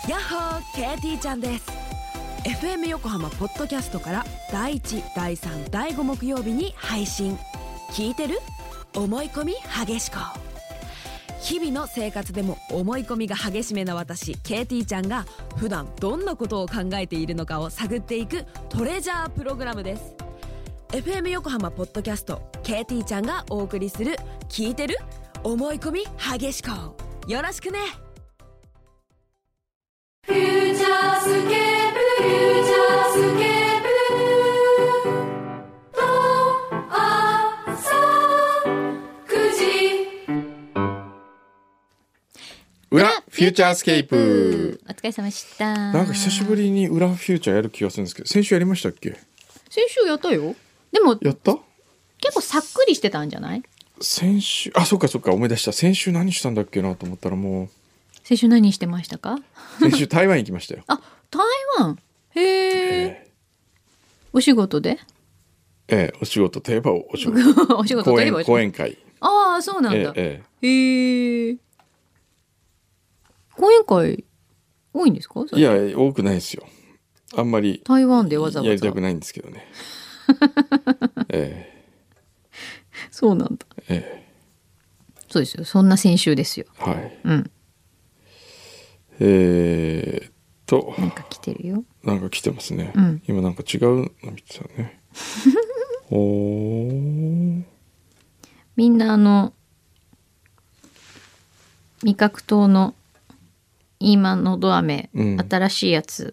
やっほー、KT ちゃんです。 FM 横浜ポッドキャストから第1、第3、第5木曜日に配信。聞いてる？思い込み激しこ。日々の生活でも思い込みが激しめな私 KT ちゃんが普段どんなことを考えているのかを探っていくトレジャープログラムです。 FM 横浜ポッドキャスト KT ちゃんがお送りする聞いてる？思い込み激しこ。よろしくね。 フューチャースケープ、フューチャースケープと朝9時裏フューチャースケープ。 お疲れ様でした。 なんか久しぶりに裏フューチャーやる気がするんですけど、先週やりましたっけ？ 先週やったよ。でもやった？ 結構さっくりしてたんじゃない？ 先週、あ、そっかそっか、思い出した。先週何したんだっけなと思ったらもう先週何してましたか？ 先週台湾行きましたよ。 あ、台湾。へえ。お仕事で？ お仕事といえばお仕事。 お仕事といえばお仕事。 講演会。 ああ、そうなんだ。 へえ。講演会多いんですか？ いや、多くないですよ。あんまり台湾でわざわざやりたくないんですけどね。 そうなんだ。そうですよ。そんな先週ですよ。 はい。 うん。なんか来てるよ。 なんか来てますね。 うん、 今なんか違うの見てたね。 みんな味覚糖の今のど飴、 うん、 新しいやつ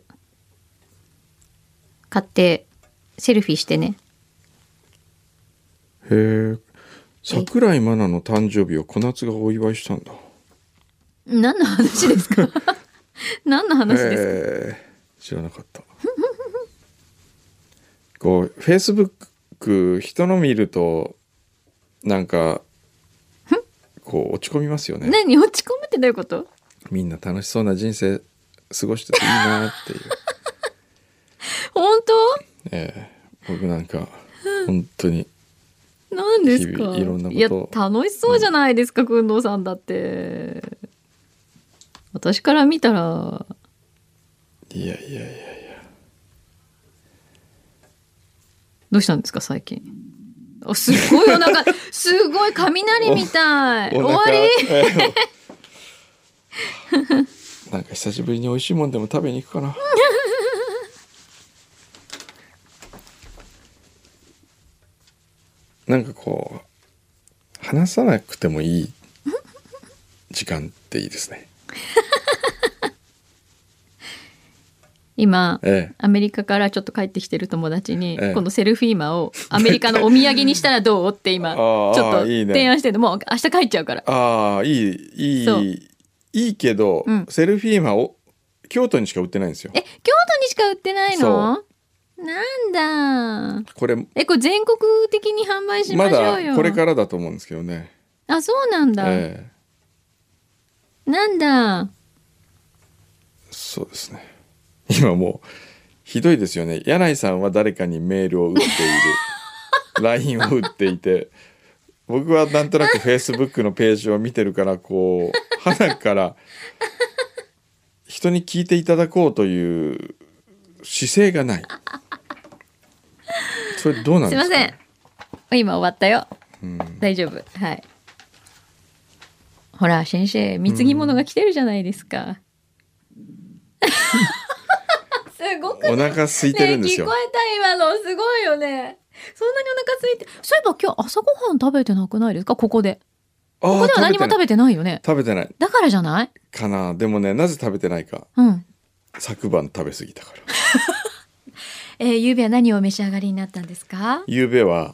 買ってセルフィーしてね。 へえ。桜井真奈の誕生日を小夏がお祝いしたんだ。 何の話ですか？何の話ですか？ 知らなかった。こうフェイスブック人の見るとなんかこう落ち込みますよね。 何落ち込むってどういうこと？ みんな楽しそうな人生過ごしてていいなっていう。 本当？ 僕なんか本当に何ですか？ いろんなことを、 いや楽しそうじゃないですか、くんどうさんだって。私から見たらいやどうしたんですか最近？すごいお腹すごい雷みたい。終わり？ なんか久しぶりに美味しいもんでも食べに行くかな。なんかこう話さなくてもいい時間っていいですね。 今、アメリカからちょっと帰ってきてる友達に、このセルフィーマをアメリカのお土産にしたらどうって今ちょっと提案してるの。もう明日帰っちゃうから。 ああ、いいけど、セルフィーマを京都にしか売ってないんですよ。 京都にしか売ってないの？なんだ。これ全国的に販売しましょうよ。 まだこれからだと思うんですけどね。 あ、そうなんだ。なんだ。 そうですね。今もうひどいですよね。柳井さんは誰かにメールを打っているLINE を打っていて、僕はなんとなく Facebook のページを見てるから、こう鼻から人に聞いていただこうという姿勢がない。それどうなんですか？ すいません、今終わったよ。大丈夫。はい。ほら先生、貢ぎ物が来てるじゃないですか。すごくね、 お腹空いてるんですよ。 ね、聞こえた今の。すごいよね。そんなにお腹空いて。そういえば今日朝ごはん食べてなくないですか？ここでは何も食べてないよね。 食べてない。 だからじゃないかな。でもね、なぜ食べてないか、昨晩食べ過ぎたから。 ゆうべは何をお召し上がりになったんですか？ ゆうべは、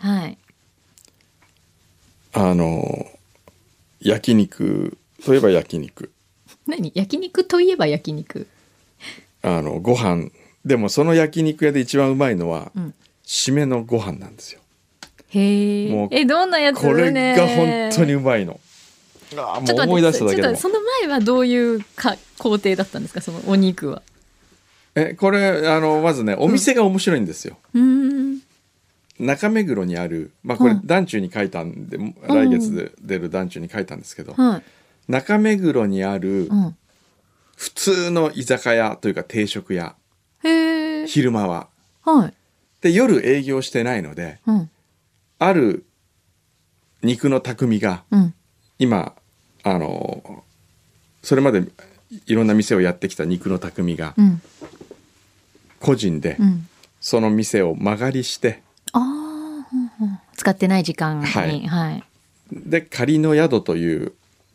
焼肉といえば焼肉。 何？焼肉といえば焼肉。 ご飯でもその焼肉屋で一番うまいのは、締めのご飯なんですよ。 へえ。どんなやつ？ これが本当にうまいの。もう思い出しただけでも。 その前はどういう工程だったんですか？そのお肉は。 これまずね、お店が面白いんですよ。中目黒にある、これ団中に書いたんで、来月で出る団中に書いたんですけど、中目黒にある普通の居酒屋というか定食屋、 へー、 昼間は。 はい。 で夜営業してないので、 うん、 ある肉の匠が、 うん、 今それまでいろんな店をやってきた肉の匠が、 うん、 個人でその店を間借りして、 使ってない時間に、 はいはい、 で仮の宿という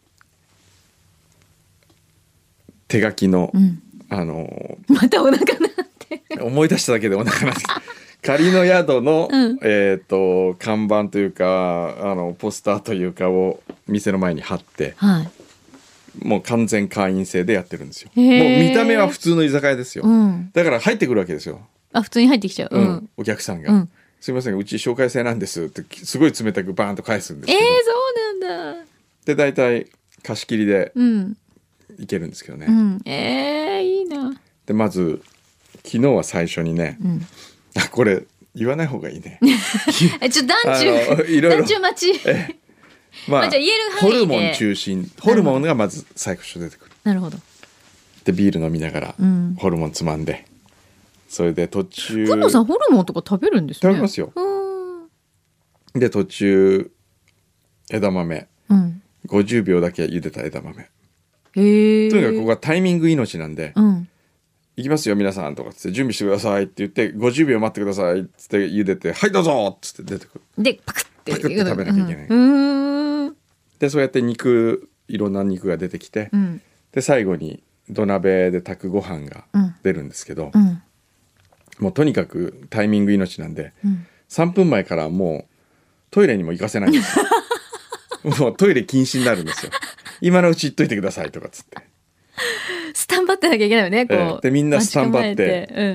手書きの、 またお腹なって思い出しただけでお腹なって仮の宿の、看板というかポスターというかを店の前に貼って、 はい、 もう完全会員制でやってるんですよ。もう見た目は普通の居酒屋ですよ、だから入ってくるわけですよ。 普通に入ってきちゃう、 お客さんが、すいませんうち紹介制なんですってすごい冷たくバーンと返すんですけど、 そうなんだ。 で大体貸し切りでいけるんですけどね、 いいな。 でまず昨日は最初にね、これ言わない方がいいねちょっと団中待ちまあ、 じゃあ言える範ホ囲でルモン中心、ホルモンがまず最初出てくる。 なるほど。 でビール飲みながら、ホルモンつまんで、それで途中くんのさんホルモンとか食べるんですね。 食べますよ。で途中枝豆、50秒だけ茹でた枝豆。とにかくここはタイミング命なんで、行きますよ皆さんとかつって準備してくださいって言って50秒待ってくださいっつって茹でてはいどうぞっつって出てくる。 でパクって食べなきゃいけない。でそうやっていろんな肉が出てきて、で最後に土鍋で炊くご飯が出るんですけど、もうとにかくタイミング命なんで、3分前からもうトイレにも行かせないんですよもうトイレ禁止になるんですよ。今のうち言っといてくださいとかっつってスタンバってなきゃいけないよね、こう、 でみんなスタンバって、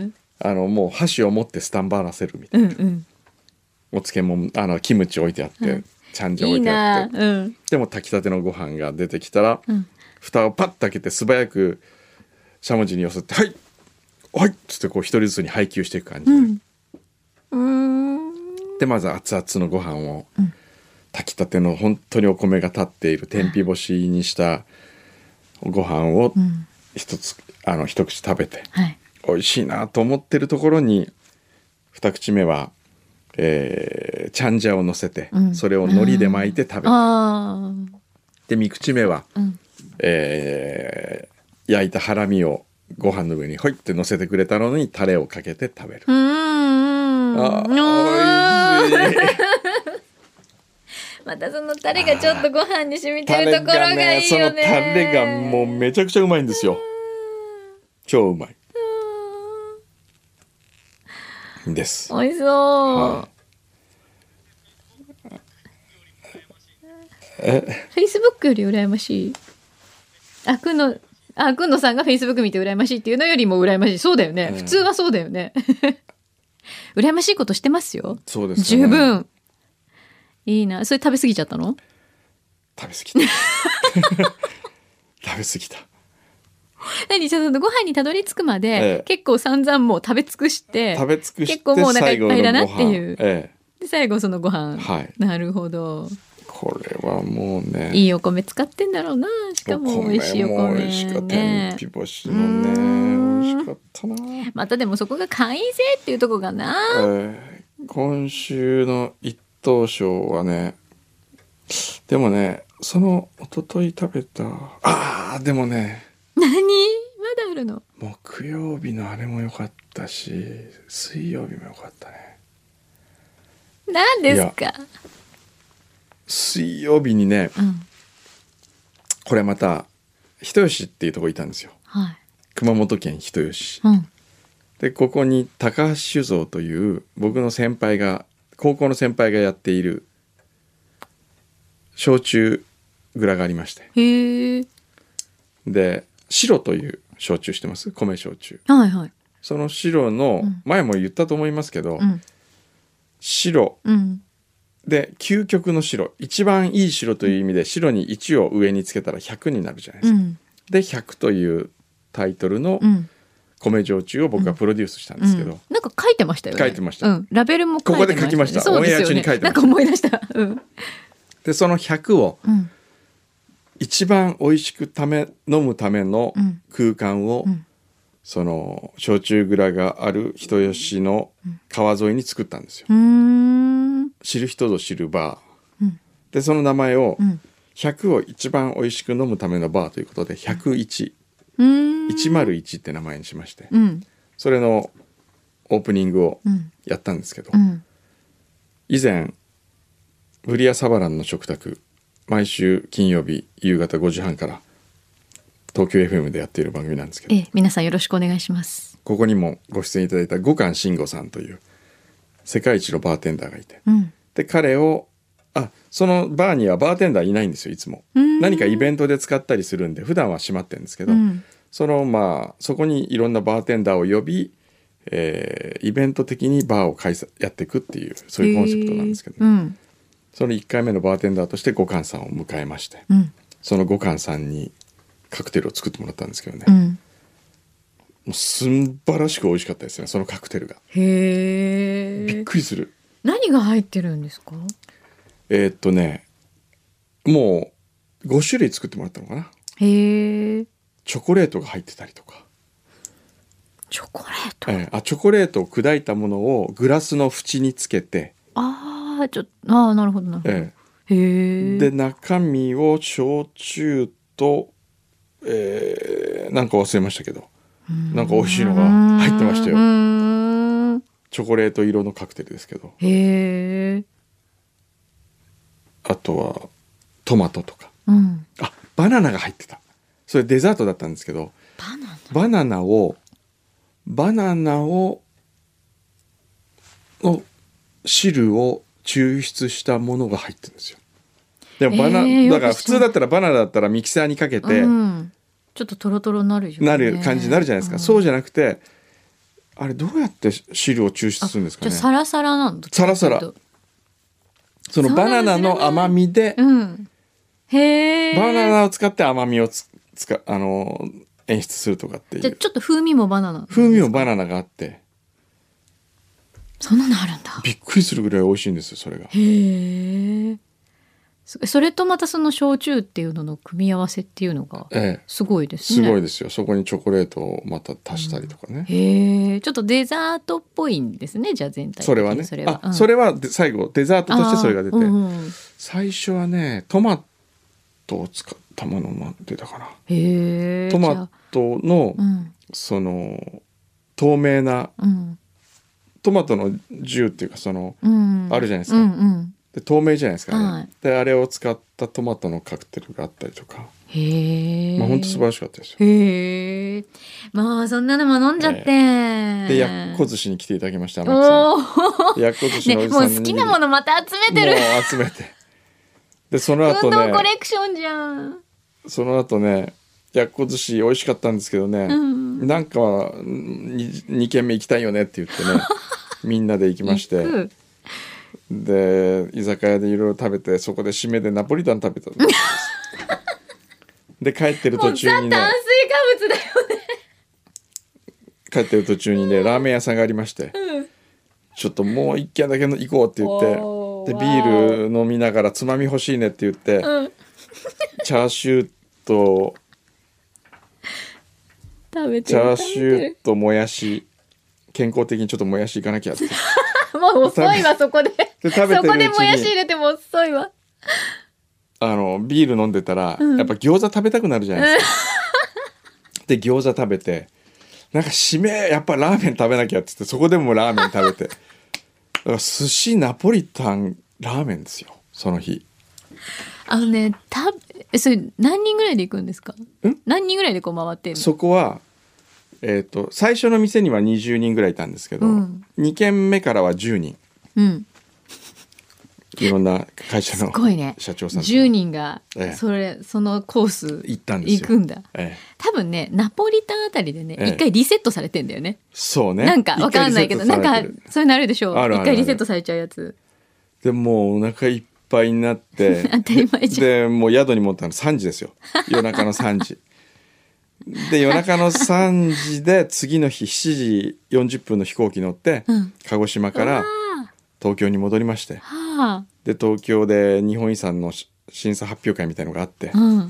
もう箸を持ってスタンバらせるみたいな、お漬物キムチ置いてあって、チャンジャ置いてあって、でも炊きたてのご飯が出てきたら、蓋をパッと開けて素早くしゃもじによそってはいはいっつってこう一人ずつに配給していく感じで、でまず熱々のご飯を、炊きたての本当にお米が立っている天日干しにしたご飯を一口食べて、美味しいなと思ってるところに二口目は、チャンジャを乗せて、それを海苔で巻いて食べて、で三口目は、焼いたハラミをご飯の上にほいって乗せてくれたのにタレをかけて食べる。美味しいまたそのタレがちょっとご飯に染みてるところがいいよね。 そのタレがもうめちゃくちゃうまいんですよ。超うまいです。 美味しそう。Facebook より羨ましい。くんのさんが Facebook 見て羨ましいっていうのよりも羨ましい。そうだよね、普通はそうだよね羨ましいことしてますよ。 そうですね、 十分いいな。それ食べ過ぎちゃったの？ 食べ過ぎた食べ過ぎた。 何そのご飯にたどり着くまで、結構散々もう食べ尽くして結構もうお腹いっぱいだなっていう、で最後そのご飯、なるほど。 これはもうねいいお米使ってんだろうな。しかも美味しいお米美味しかったね。天日干しのね美味しかったな。 またでもそこが会員制っていうとこがな、 今週の一等賞はね、でもねその一昨日食べたでもね何まだあるの？ 木曜日のあれも良かったし水曜日も良かったね。 何ですか？ 水曜日にね、これまた人吉っていうとこいたんですよ、熊本県人吉、でここに高橋酒造という僕の先輩が高校の先輩がやっている焼酎蔵がありまして、で白という焼酎してます？米焼酎、その白の、前も言ったと思いますけど、白、で究極の白、一番いい白という意味で白に1を上につけたら100になるじゃないですか、で100というタイトルの米焼酎を僕がプロデュースしたんですけど、 なんか書いてましたよね。 書いてました、 ラベルも書いてました、 ここで書きました。オンエア中に書いてました。 なんか思い出した、 でその100を、 一番美味しく飲むための空間を、その焼酎蔵がある人吉の川沿いに作ったんですよ。知る人ぞ知るバー、でその名前を、100を一番美味しく飲むためのバーということで101、101って名前にしまして、それのオープニングをやったんですけど、以前ブリアサバランの食卓、毎週金曜日夕方5時半から東京 FM でやっている番組なんですけど、 皆さんよろしくお願いします。 ここにもご出演いただいた五感慎吾さんという世界一のバーテンダーがいて、で彼をそのバーにはバーテンダーいないんですよ。いつも何かイベントで使ったりするんで普段は閉まってるんですけど、そこにいろんなバーテンダーを呼び、イベント的にバーをやっていくっていう、そういうコンセプトなんですけど、その1回目のバーテンダーとして五感さんを迎えまして、その五感さんにカクテルを作ってもらったんですけどね、もう素晴らしく美味しかったですね、そのカクテルが。びっくりする。 何が入ってるんですか？ もう5種類作ってもらったのかな。チョコレートが入ってたりとか。 チョコレート、 チョコレートを砕いたものをグラスの縁につけて、 なるほどなるほど、 で中身を焼酎と、なんか忘れましたけど、なんか美味しいのが入ってましたよ。チョコレート色のカクテルですけど、あとはトマトとか、バナナが入ってた。それデザートだったんですけど、バナナを汁を抽出したものが入ってるんですよ。でもだから普通だったらバナナだったらミキサーにかけて、ちょっとトロトロなる感じになるじゃないですか、そうじゃなくて、あれどうやって汁を抽出するんですかね。 じゃあサラサラなんだ。 サラサラ。そのバナナの甘みで、バナナを使って甘みを演出するとかっていう。 じゃあちょっと風味もバナナ。 風味もバナナがあって、 そんなのあるんだ。 びっくりするぐらい美味しいんですよ、それが。 それとまたその焼酎っていうのの組み合わせっていうのがすごいですね。 すごいですよ。そこにチョコレートをまた足したりとかね。 ちょっとデザートっぽいんですね。じゃあ全体的にそれはね。それは最後デザートとしてそれが出て、最初はねトマトを使ったものも出たかな。トマトの、その透明な、トマトのジューっていうかあるじゃないですか。で透明じゃないですかね、であれを使ったトマトのカクテルがあったりとか、本当素晴らしかったですよ。 もうそんなのも飲んじゃって、 でやっこ寿司に来ていただきました。やっこ寿司のおじさんに、 もう好きなものまた集めてる。 もう集めて、でその後ね、 運動コレクションじゃん。 その後ね、やっこ寿司美味しかったんですけどね、なんか2軒目行きたいよねって言ってねみんなで行きまして、で居酒屋でいろいろ食べて、そこで締めでナポリタン食べたんですで帰ってる途中にね、 もうザ炭水化物だよね。 帰ってる途中にねラーメン屋さんがありまして、ちょっともう一軒だけ行こうって言って、でビール飲みながらつまみ欲しいねって言って、チャーシューとチャーシューともやし、健康的にちょっともやしいかなきゃってもう遅いわ、そこでそこでもやし入れても遅いわ。 ビール飲んでたら、やっぱ餃子食べたくなるじゃないですか、で餃子食べて、なんか締めやっぱラーメン食べなきゃって言って、そこでもラーメン食べてだから寿司ナポリタンラーメンですよ、その日。 それ何人ぐらいで行くんですか？何人ぐらいでこう回ってんの？ そこは最初の店には20人ぐらいいたんですけど、2軒目からは10人、いろんな会社の社長さん、 10人がそのコース行ったんですよ。 行くんだ、多分ねナポリタンあたりでね一回リセットされてんだよね。 そうね、 なんかわかんないけど、なんかそういうのあるでしょう。一回リセットされちゃうやつでもうお腹いっぱいになって当たり前じゃん。 でもう宿に戻ったの3時ですよ、夜中の3時で夜中の3時で次の日7時40分の飛行機乗って、鹿児島から東京に戻りまして、で東京で日本遺産の審査発表会みたいのがあって、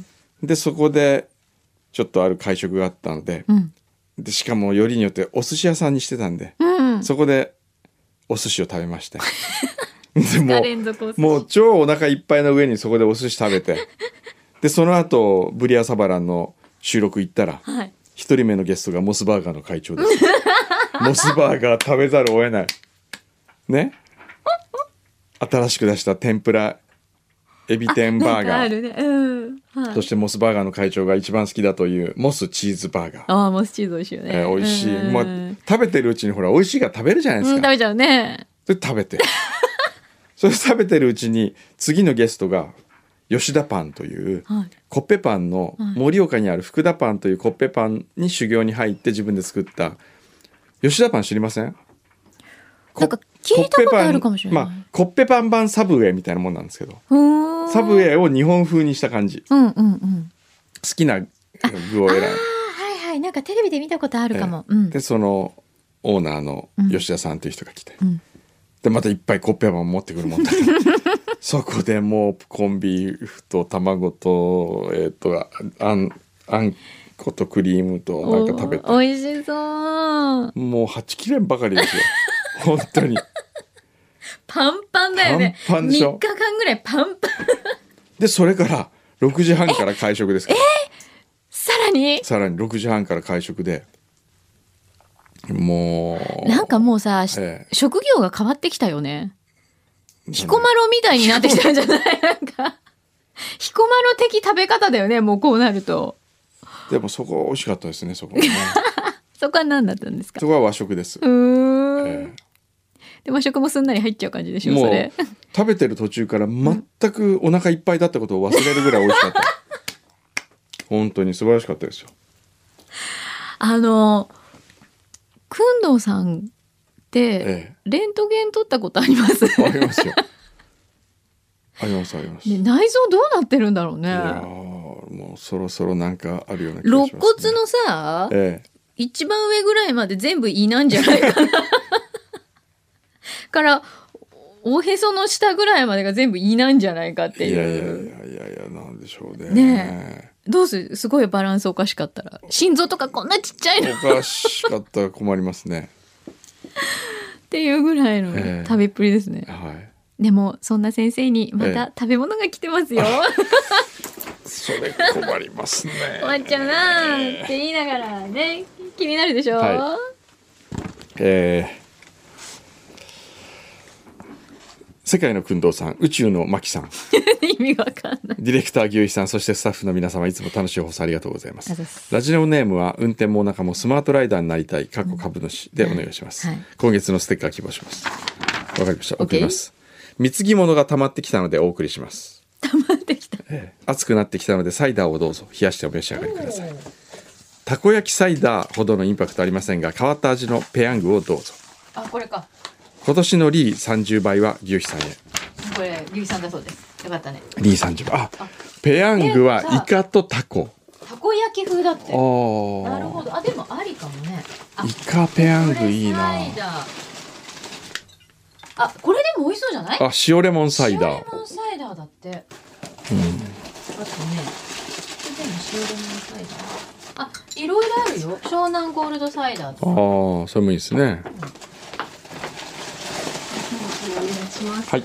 でそこでちょっとある会食があったので、でしかもよりによってお寿司屋さんにしてたんで、そこでお寿司を食べましてでもう超お腹いっぱいの上にそこでお寿司食べてでその後ブリアサバランの収録行ったら、一人目のゲストがモスバーガーの会長ですモスバーガー食べざるを得ないね。新しく出した天ぷらエビ天バーガー、そしてモスバーガーの会長が一番好きだというモスチーズバーガー。 モスチーズ美味しいよね。 美味しい、まあ、食べてるうちにほら美味しいから食べるじゃないですか、 食べちゃうね。 それ食べてそれ食べてるうちに次のゲストが吉田パンという、コッペパンの盛岡にある福田パンというコッペパンに修行に入って自分で作った吉田パン知りません？ なんか聞いたことあるかもしれない。 コッペパン版サブウェイみたいなもんなんですけど、サブウェイを日本風にした感じ、好きな具を選ぶ。 なんかテレビで見たことあるかも。 でそのオーナーの吉田さんという人が来て、でまたいっぱいコッペパン持ってくるもんだそこでもうコンビーフと卵とあんことクリームとなんか食べて、 美味しそう。 もうはちきれんばかりですよ本当にパンパンだよね。 パンパンでしょ。 3日間ぐらいパンパンでそれから6時半から会食ですから。 さらに 6時半から会食で、もうなんかもうさ、職業が変わってきたよね。彦摩呂みたいになってきたんじゃない？なんか彦摩呂的食べ方だよね、もうこうなると。 でもそこ美味しかったですね、そこはねそこは何だったんですか？ そこは和食です。で和食もすんなり入っちゃう感じでしょ。 もうそれ食べてる途中から全くお腹いっぱいだったことを忘れるぐらい美味しかった本当に素晴らしかったですよ。 工藤さんってレントゲン取ったことあります？ ありますよ。あります。 ね、内臓どうなってるんだろうね。 いやもうそろそろなんかあるような気がしますね。 肋骨のさ、一番上ぐらいまで全部胃なんじゃないかなからおへその下ぐらいまでが全部胃なんじゃないかっていう。 いやなんでしょうね。 ねえ、どうすごいバランスおかしかったら心臓とかこんなちっちゃいのおかしかったら困りますねっていうぐらいの食べっぷりですね。でもそんな先生にまた食べ物が来てますよ。 それ困りますね。 困っちゃうなって言いながらね、気になるでしょ。 世界の工藤さん、宇宙の牧さん意味わかんない。 ディレクター牛肥さん、そしてスタッフの皆様、いつも楽しい放送ありがとうございます。ラジオネームは運転もお腹もスマートライダーになりたい株主でお願いします、今月のステッカー希望します。わかりました、送ります。貢ぎ物が溜まってきたのでお送りします。 溜まってきた、 暑くなってきたのでサイダーをどうぞ冷やしてお召し上がりください。たこ焼きサイダーほどのインパクトありませんが、変わった味のペヤングをどうぞ。 これか。 今年のリー30倍は牛肥さんへ。 これ牛肥さんだそうです。よかったね。 リー30倍。ペヤングはイカとタコ。 たこ焼き風だって。なるほど。でもありかもね。 イカペヤングいいな。 これでも美味しそうじゃない？ 塩レモンサイダー。 塩レモンサイダーだって。あとね、これでも塩レモンサイダー。いろいろあるよ。湘南ゴールドサイダーとか。 それもいいですね。はい。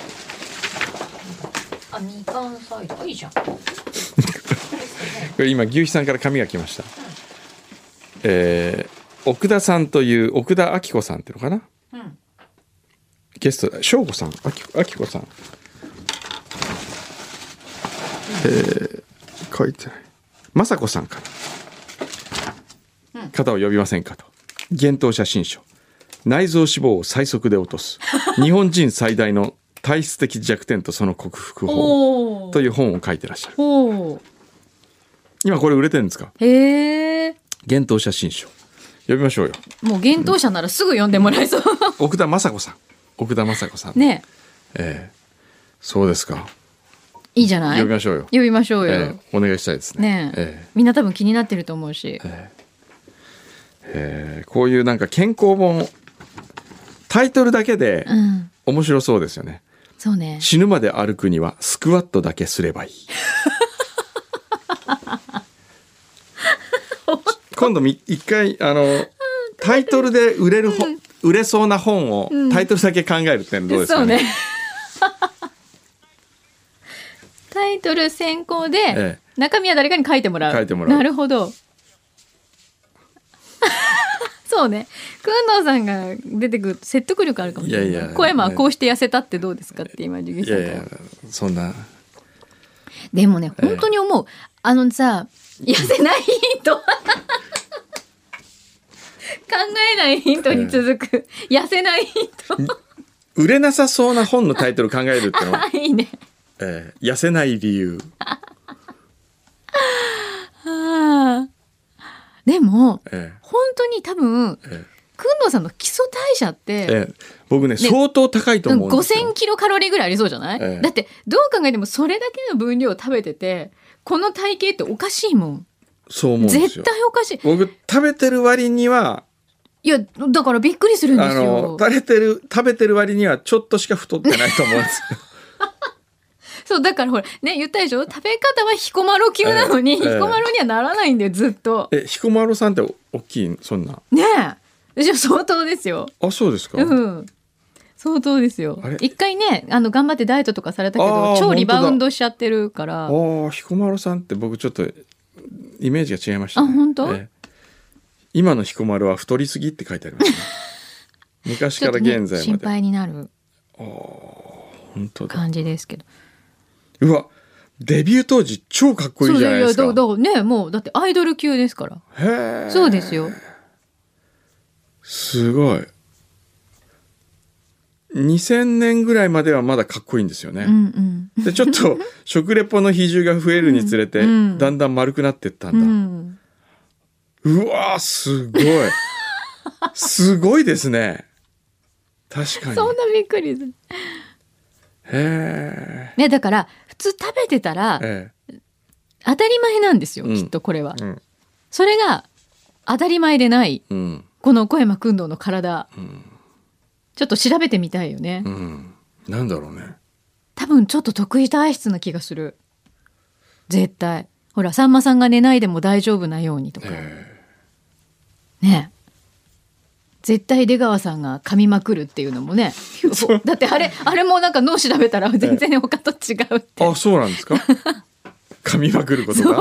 みかんサイダーいいじゃん。これ今牛肥さんから紙が来ました。奥田さんという奥田明子さんっていうのかな。ゲスト翔子さん、明子さん。書いてない。雅子さんから、方を呼びませんかと。幻冬写真書。内臓脂肪を最速で落とす日本人最大の体質的弱点とその克服法という本を書いてらっしゃる。今これ売れてるんですか？幻冬写真書呼びましょうよ。 もう幻冬者ならすぐ呼んでもらえそう奥田雅子さんね。 そうですか。 いいじゃない。 呼びましょうよ。お願いしたいですね。 みんな多分気になってると思うし、 こういうなんか健康本タイトルだけで面白そうですよね。 そうね。 死ぬまで歩くにはスクワットだけすればいい今度一回タイトルで売れそうな本をタイトルだけ考えるってのはどうですかね。 そうねタイトル先行で、中身は誰かに書いてもらう。なるほどそうね、工藤さんが出てくる説得力あるかもしれない。いやいや、小山はこうして痩せたってどうですかって今授業した。いやいや、 そんな。 でもね、本当に思う。さ、痩せないヒント考えないヒントに続く、痩せないヒント売れなさそうな本のタイトル考えるってのはいいね。 痩せない理由でも、本当に多分、工藤さんの基礎代謝って、 僕ね相当高いと思うんですよ。 5000キロカロリーぐらいありそうじゃない、だってどう考えてもそれだけの分量を食べててこの体型っておかしいもん。 そう思うんですよ。 絶対おかしい。 僕食べてる割にはいやだからびっくりするんですよ。 食べてる割にはちょっとしか太ってないと思うんですよそうだからほらね、言ったでしょ、食べ方は彦摩呂級なのに、彦摩呂にはならないんだよずっと。 彦摩呂さんって大きいそんなねえ、じゃ相当ですよ。 あ、そうですか。 相当ですよ。一回ね頑張ってダイエットとかされたけど超リバウンドしちゃってるから。 彦摩呂さんって僕ちょっとイメージが違いましたね。 あ、本当？ 今の彦摩呂は太りすぎって書いてありますね昔から現在まで、 心配になる本当だ感じですけど。 うわ、デビュー当時超かっこいいじゃないですか。 そうね、もうだってアイドル級ですから。 へえ。 そうですよ。 すごい。2000年ぐらいまではまだかっこいいんですよね。でちょっと食レポの比重が増えるにつれて、だんだん丸くなってったんだ。うわ、すごいすごいですね。確かに。 そんなびっくりする。 へえ。ね、だから普通食べてたら、当たり前なんですよ、きっとこれは。それが当たり前でない、この小山君堂の体、ちょっと調べてみたいよね。 なんだろうね。 多分ちょっと得意体質な気がする。絶対。ほら、さんまさんが寝ないでも大丈夫なようにとか。ね。絶対出川さんが噛みまくるっていうのもねだってあれもなんか脳調べたら全然他と違うって、 あ、そうなんですか噛みまくることが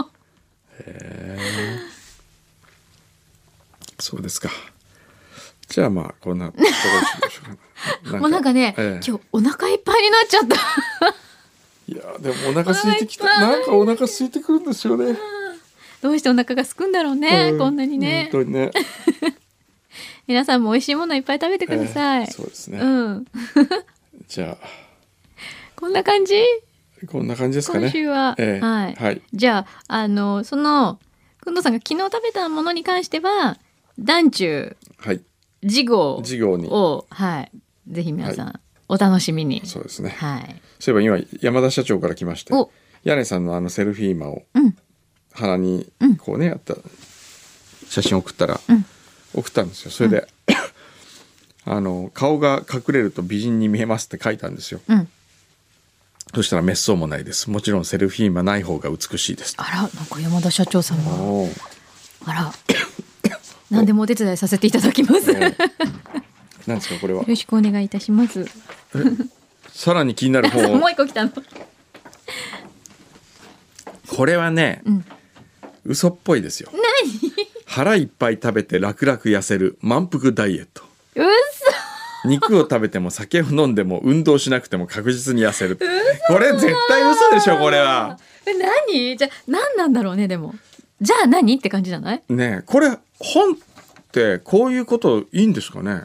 そうですか。じゃあまあこんなところにしましょうか。 もうなんかね、今日お腹いっぱいになっちゃったいやでもお腹空いてきた。なんかお腹空いてくるんですよね。 どうしてお腹が空くんだろうね、こんなにね。 本当にね皆さんも美味しいものいっぱい食べてください。 そうですね。じゃあこんな感じですかね。 今週は、はい。じゃあその工藤さんが昨日食べたものに関しては団中次号をぜひ皆さんお楽しみに。 そうですね。 はい。 そういえば今山田社長から来まして、柳さんのセルフィーマを鼻にこうねやった写真を送ったら。送ったんですよ。それで、顔が隠れると美人に見えますって書いたんですよ。そしたら滅相もないです。もちろんセルフィーマない方が美しいです。 あら、なんか山田社長さんがあら何でもお手伝いさせていただきます。 何ですかこれは。 よろしくお願いいたします。 さらに気になる本をもう一個来たの。 これはね、嘘っぽいですよ。 何？ 腹いっぱい食べて楽々痩せる満腹ダイエット。 嘘。 肉を食べても酒を飲んでも運動しなくても確実に痩せる。これ絶対嘘でしょこれは。 何？じゃあ何なんだろうね。でもじゃあ何って感じじゃない？ ねえ、これ本ってこういうこといいんですかね。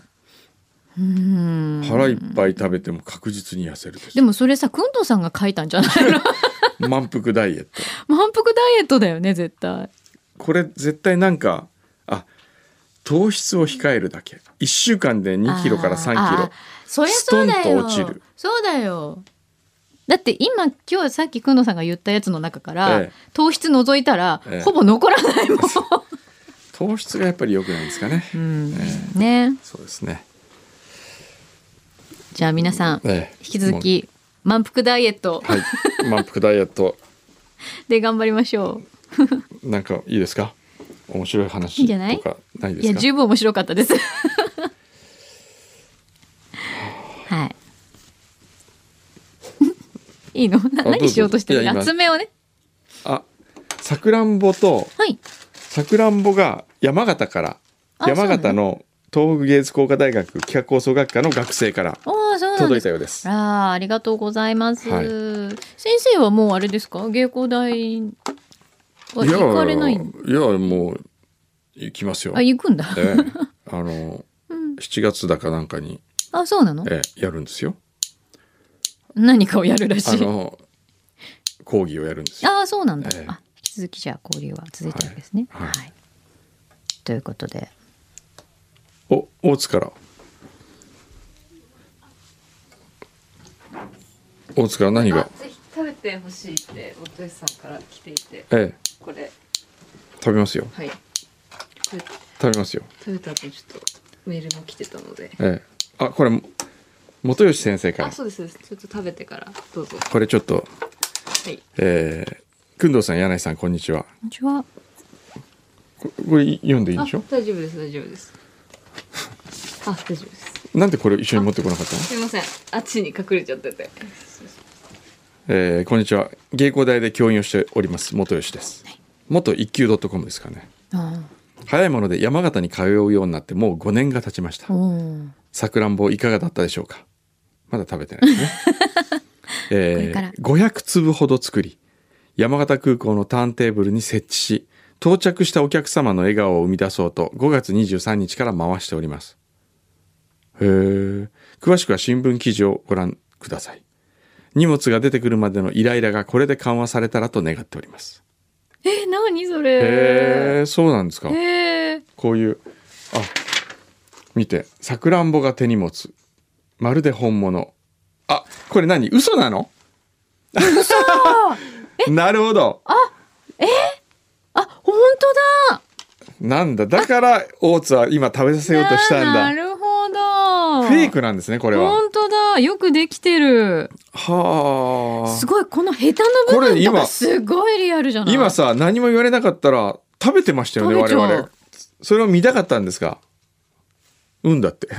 腹いっぱい食べても確実に痩せるです。 でもそれさ、工藤さんが書いたんじゃないの？ 満腹ダイエット。 満腹ダイエットだよね絶対。 これ絶対なんか糖質を控えるだけ1週間で2キロから3キロストンと落ちる。 そうだよ。だって今日さっき工藤さんが言ったやつの中から、糖質除いたら、ほぼ残らないもん。 糖質がやっぱり良くないんですかね。 ね。 そうですね。 じゃあ皆さん、引き続き満腹ダイエット、 満腹ダイエットで頑張りましょう。なんかいいですか？ 面白いいい話んじゃないとかないでいやすか？ 十分面白かったですはいいいの何しようとしてるいや今爪をね。 あ、さくらんぼとはい。 さくらんぼが山形からあ山形の東北芸術工科大学企画構想学科の学生からおー、そうなん届ですいたようです。 ありがとうございます、 はい先生はもうあれですか、芸工大は行かれないんいやもう行きますよ。 あ、行くんだ 7月だかなんかに、 あ、そうなの、 やるんですよ。 何かをやるらしい。 講義をやるんですよ。 あ、そうなんだ、 ええあ、引き続きじゃあ交流は続いてるんですね。 はいはい、ということで大津から何が、 ぜひ食べてほしいって元吉さんから来ていて、これ食べますよ。 はい、これ食べますよ。 食べた後ちょっとメールも来てたので、 あ、これ元吉先生からあ、そうですそうです、ちょっと食べてからどうぞ。 これちょっとはい、 工藤さん、柳井さん、こんにちは。 こんにちは。 これ読んでいいんでしょ？ 大丈夫です大丈夫です。あ、大丈夫です。 なんでこれ一緒に持ってこなかったの？ すいません、あっちに隠れちゃってて。 こんにちは。芸工大で教員をしております元吉です。元一級 .com ですかね。 あ早いもので山形に通うようになってもう5年が経ちました。さくらんぼいかがだったでしょうか？まだ食べてないですね。 これから 500粒ほど作り、山形空港のターンテーブルに設置し、到着したお客様の笑顔を生み出そうと5月23日から回しております。詳しくは新聞記事をご覧ください。荷物が出てくるまでのイライラがこれで緩和されたらと願っております。 何それ。 そうなんですか。こういう見て、さくらんぼが手に持つまるで本物。あ、これ何？嘘なの？嘘なるほど。 あ、本当だ。 なんだ、だから大津は今食べさせようとしたんだ。 なるほど。 フェイクなんですね、これは。 本当だ、よくできてる。 はあ。 すごい、このヘタの部分とかすごいリアルじゃない？ 今さ、何も言われなかったら食べてましたよね、我々。それを見たかったんですが、だって。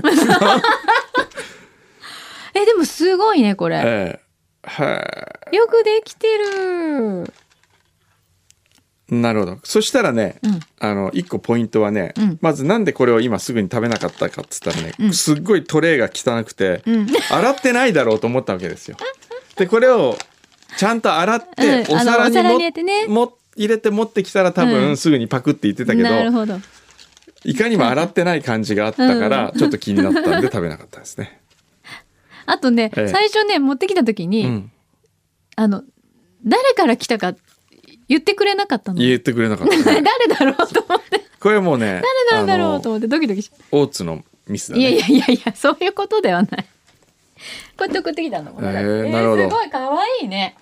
でもすごいね、これ。よくできてる。 なるほど。そしたらね、一個ポイントはね、まずなんでこれを今すぐに食べなかったかっつったらね、すっごいトレイが汚くて、洗ってないだろうと思ったわけですよ。でこれをちゃんと洗って、お皿に入れて持ってきたら多分すぐにパクって言ってたけど、 なるほど。 いかにも洗ってない感じがあったからちょっと気になったんで食べなかったですね。あとね、最初ね持ってきた時に、誰から来たか言ってくれなかったの。 言ってくれなかった、 誰だろうと思って。 これもうね、 誰なんだろうと思ってドキドキし。 大津のミスだね。 いやそういうことではない。こうやって送ってきたの。 なるほど。 すごい可愛いね。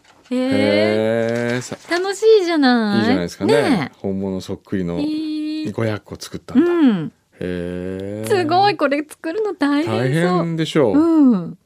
楽しいじゃない。 いいじゃないですかね。本物そっくりの500個作ったんだ。 すごい、これ作るの大変そう。 大変でしょう。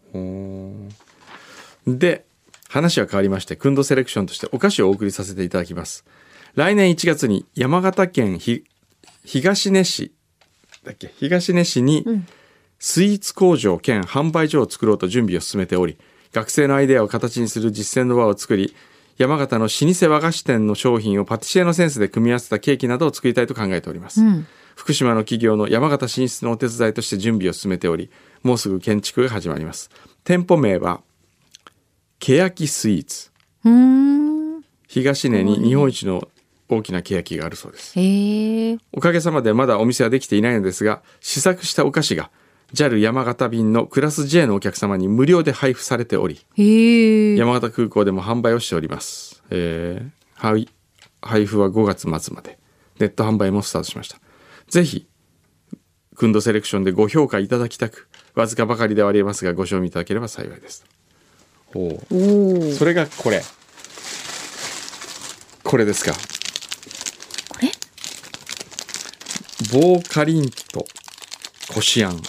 で、話は変わりまして、クンドセレクションとしてお菓子をお送りさせていただきます。来年1月に山形県東根市にスイーツ工場兼販売所を作ろうと準備を進めており、学生のアイデアを形にする実践の場を作り、山形の老舗和菓子店の商品をパティシエのセンスで組み合わせたケーキなどを作りたいと考えております。福島の企業の山形進出のお手伝いとして準備を進めており、もうすぐ建築が始まります。店舗名はけやきスイーツ。東根に日本一の大きなけやきがあるそうです。おかげさまでまだお店はできていないのですが、試作したお菓子が JAL 山形便のクラス J のお客様に無料で配布されており、山形空港でも販売をしております。配布は5月末まで。ネット販売もスタートしました。ぜひクンドセレクションでご評価いただきたく、わずかばかりではありますがご賞味いただければ幸いです。それがこれですか。 これボーカリンとこしあん。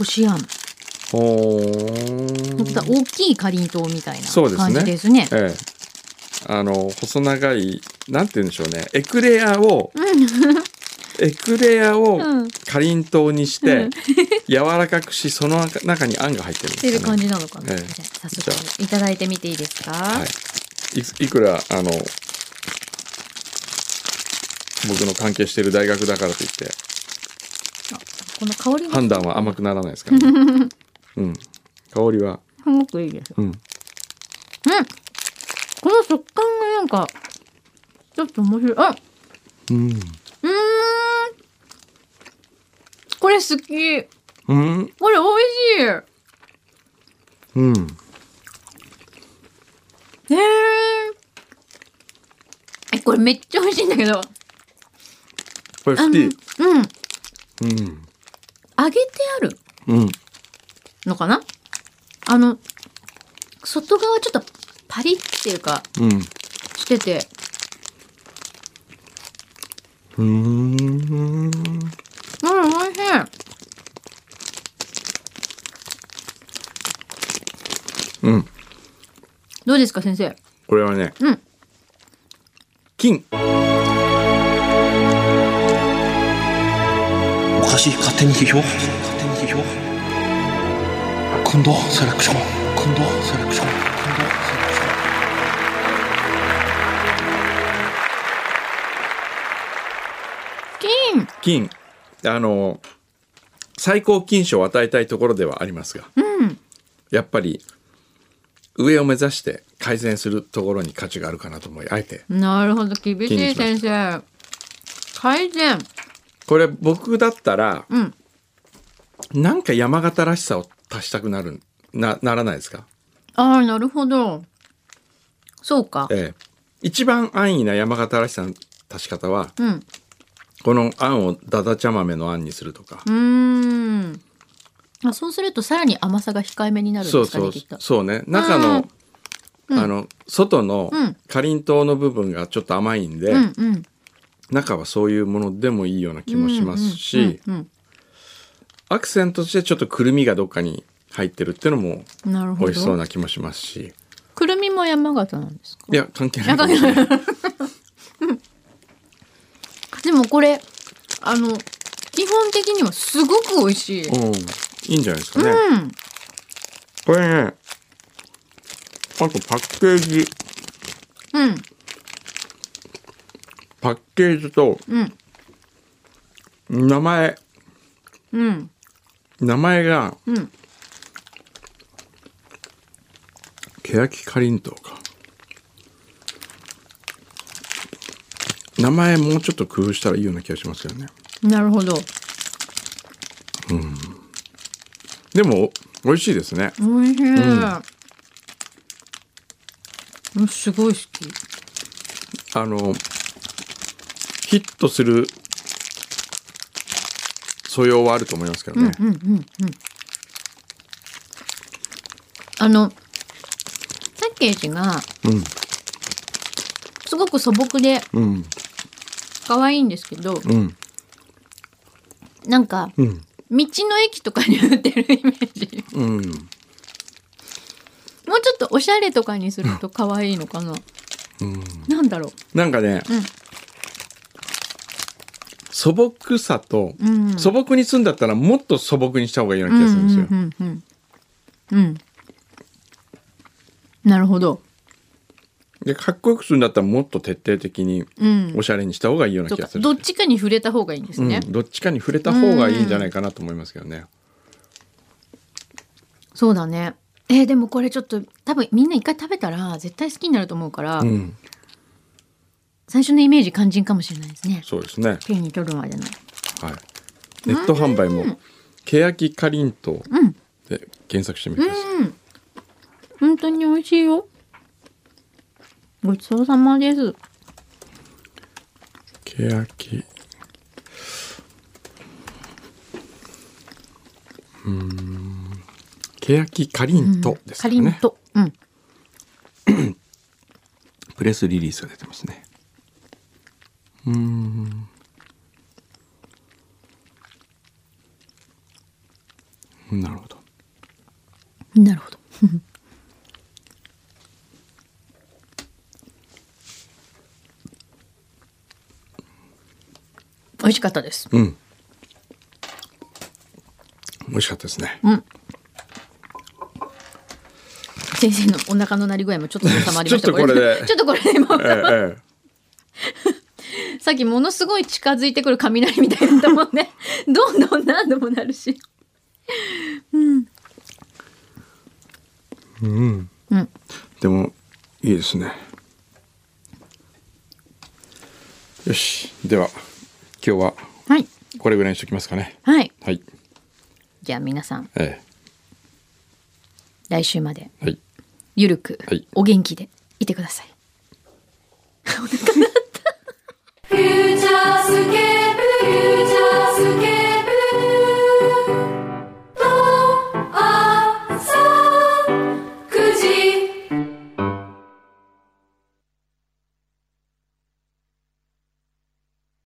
大きいかりんとうみたいな感じですね。 細長い、なんて言うんでしょうね、エクレアをエクレアをうんかりんとうにして、 うん柔らかくしその中にあんが入ってるんですかね。 ってる感じなのかな。 ええじゃあ早速いただいてみていいですか。 はい、いくら僕の関係している大学だからといってこの香りが判断は甘くならないですからね。うん、香りは、 すごくいいです。 うん、 この食感がなんかちょっと面白い。あ、 うん、 これ好き。 うん、 これ美味しい。 うん。 これめっちゃ美味しいんだけど。 これ好き。 うん。 うん、 揚げてあるうん、 のかな。外側ちょっとパリッっていうかうん。 してて。 うん。 美味しい。 うん。 どうですか先生。 これはね、 うん。 金。 おかしい、勝手に批評、今度セレクション、 金。 金。最高金賞を与えたいところではありますが、やっぱり上を目指して改善するところに価値があるかなと思い、あえてなるほど、厳しい先生。改善。 これ僕だったら、 うん。 なんか山形らしさを足したくならないですか。 ああ、なるほど。そうか。 一番安易な山形らしさの足し方は、 うん。 このあんをだだ茶豆のあんにするとか、 そうするとさらに甘さが控えめになるんですかね、きっと。 そうね、中の、外のうんかりんとうの部分がちょっと甘いんで、 うんうん。 中はそういうものでもいいような気もしますし、アクセントとしてちょっとくるみがどっかに入ってるっていうのもなるほど。 美味しそうな気もしますし、 くるみも山形なんですか。 いや関係ないかもしれない。 でもこれ基本的にはすごく美味しい。 うん、いいんじゃないですかね。 うん。 これね、あとパッケージうんとうん名前うんがうん欅かりんとうか。名前もうちょっと工夫したらいいような気がしますよね。 なるほど。 でも美味しいですね。 美味しい。すごい好き。 ヒットする素養はあると思いますけどね。 パッケージがうんすごく素朴でうん可愛いんですけど、 うんなんかうん道の駅とかに売ってるイメージ。 うんもうちょっとおしゃれとかにすると可愛いのかな。なんだろなんかね、 うん素朴さと、 う。うん。 素朴にするんだったらもっと素朴にした方がいいような気がするんですよ。 うん。なるほど。 でかっこよくするんだったらもっと徹底的にうん。 おしゃれにした方がいいようなとか気がする。 どっちかに触れた方がいいんですね。 どっちかに触れた方がいいんじゃないかなと思いますけどね。 そうだね。でもこれちょっと多分みんな一回食べたら絶対好きになると思うから、 うん、 最初のイメージ肝心かもしれないですね。 そうですね。 手に取るまでの。 はい。ネット販売も欅かりんとううん。 で検索してみてください。 本当に美味しいよ。ごちそうさまです。 欅。欅かりんとうですかかね。 りんと。うん。 プレスリリースが出てますね。なるほど。 なるほど。美味しかったです。 うん。美味しかったですね。 うん。先生のお腹の鳴り具合もちょっと収まりました。 ちょっとこれでちょっとこれで今、さっきものすごい近づいてくる雷みたいだったもんね。どんどん何度もなるし。うん。 うん。うん。でもいいですね。よし、では今日はこれぐらいにしときますかね。 はい。 はい。 じゃあ皆さん、来週まで、ゆるく、 はい、 お元気でいてください。お腹鳴った。 フューチャースケープ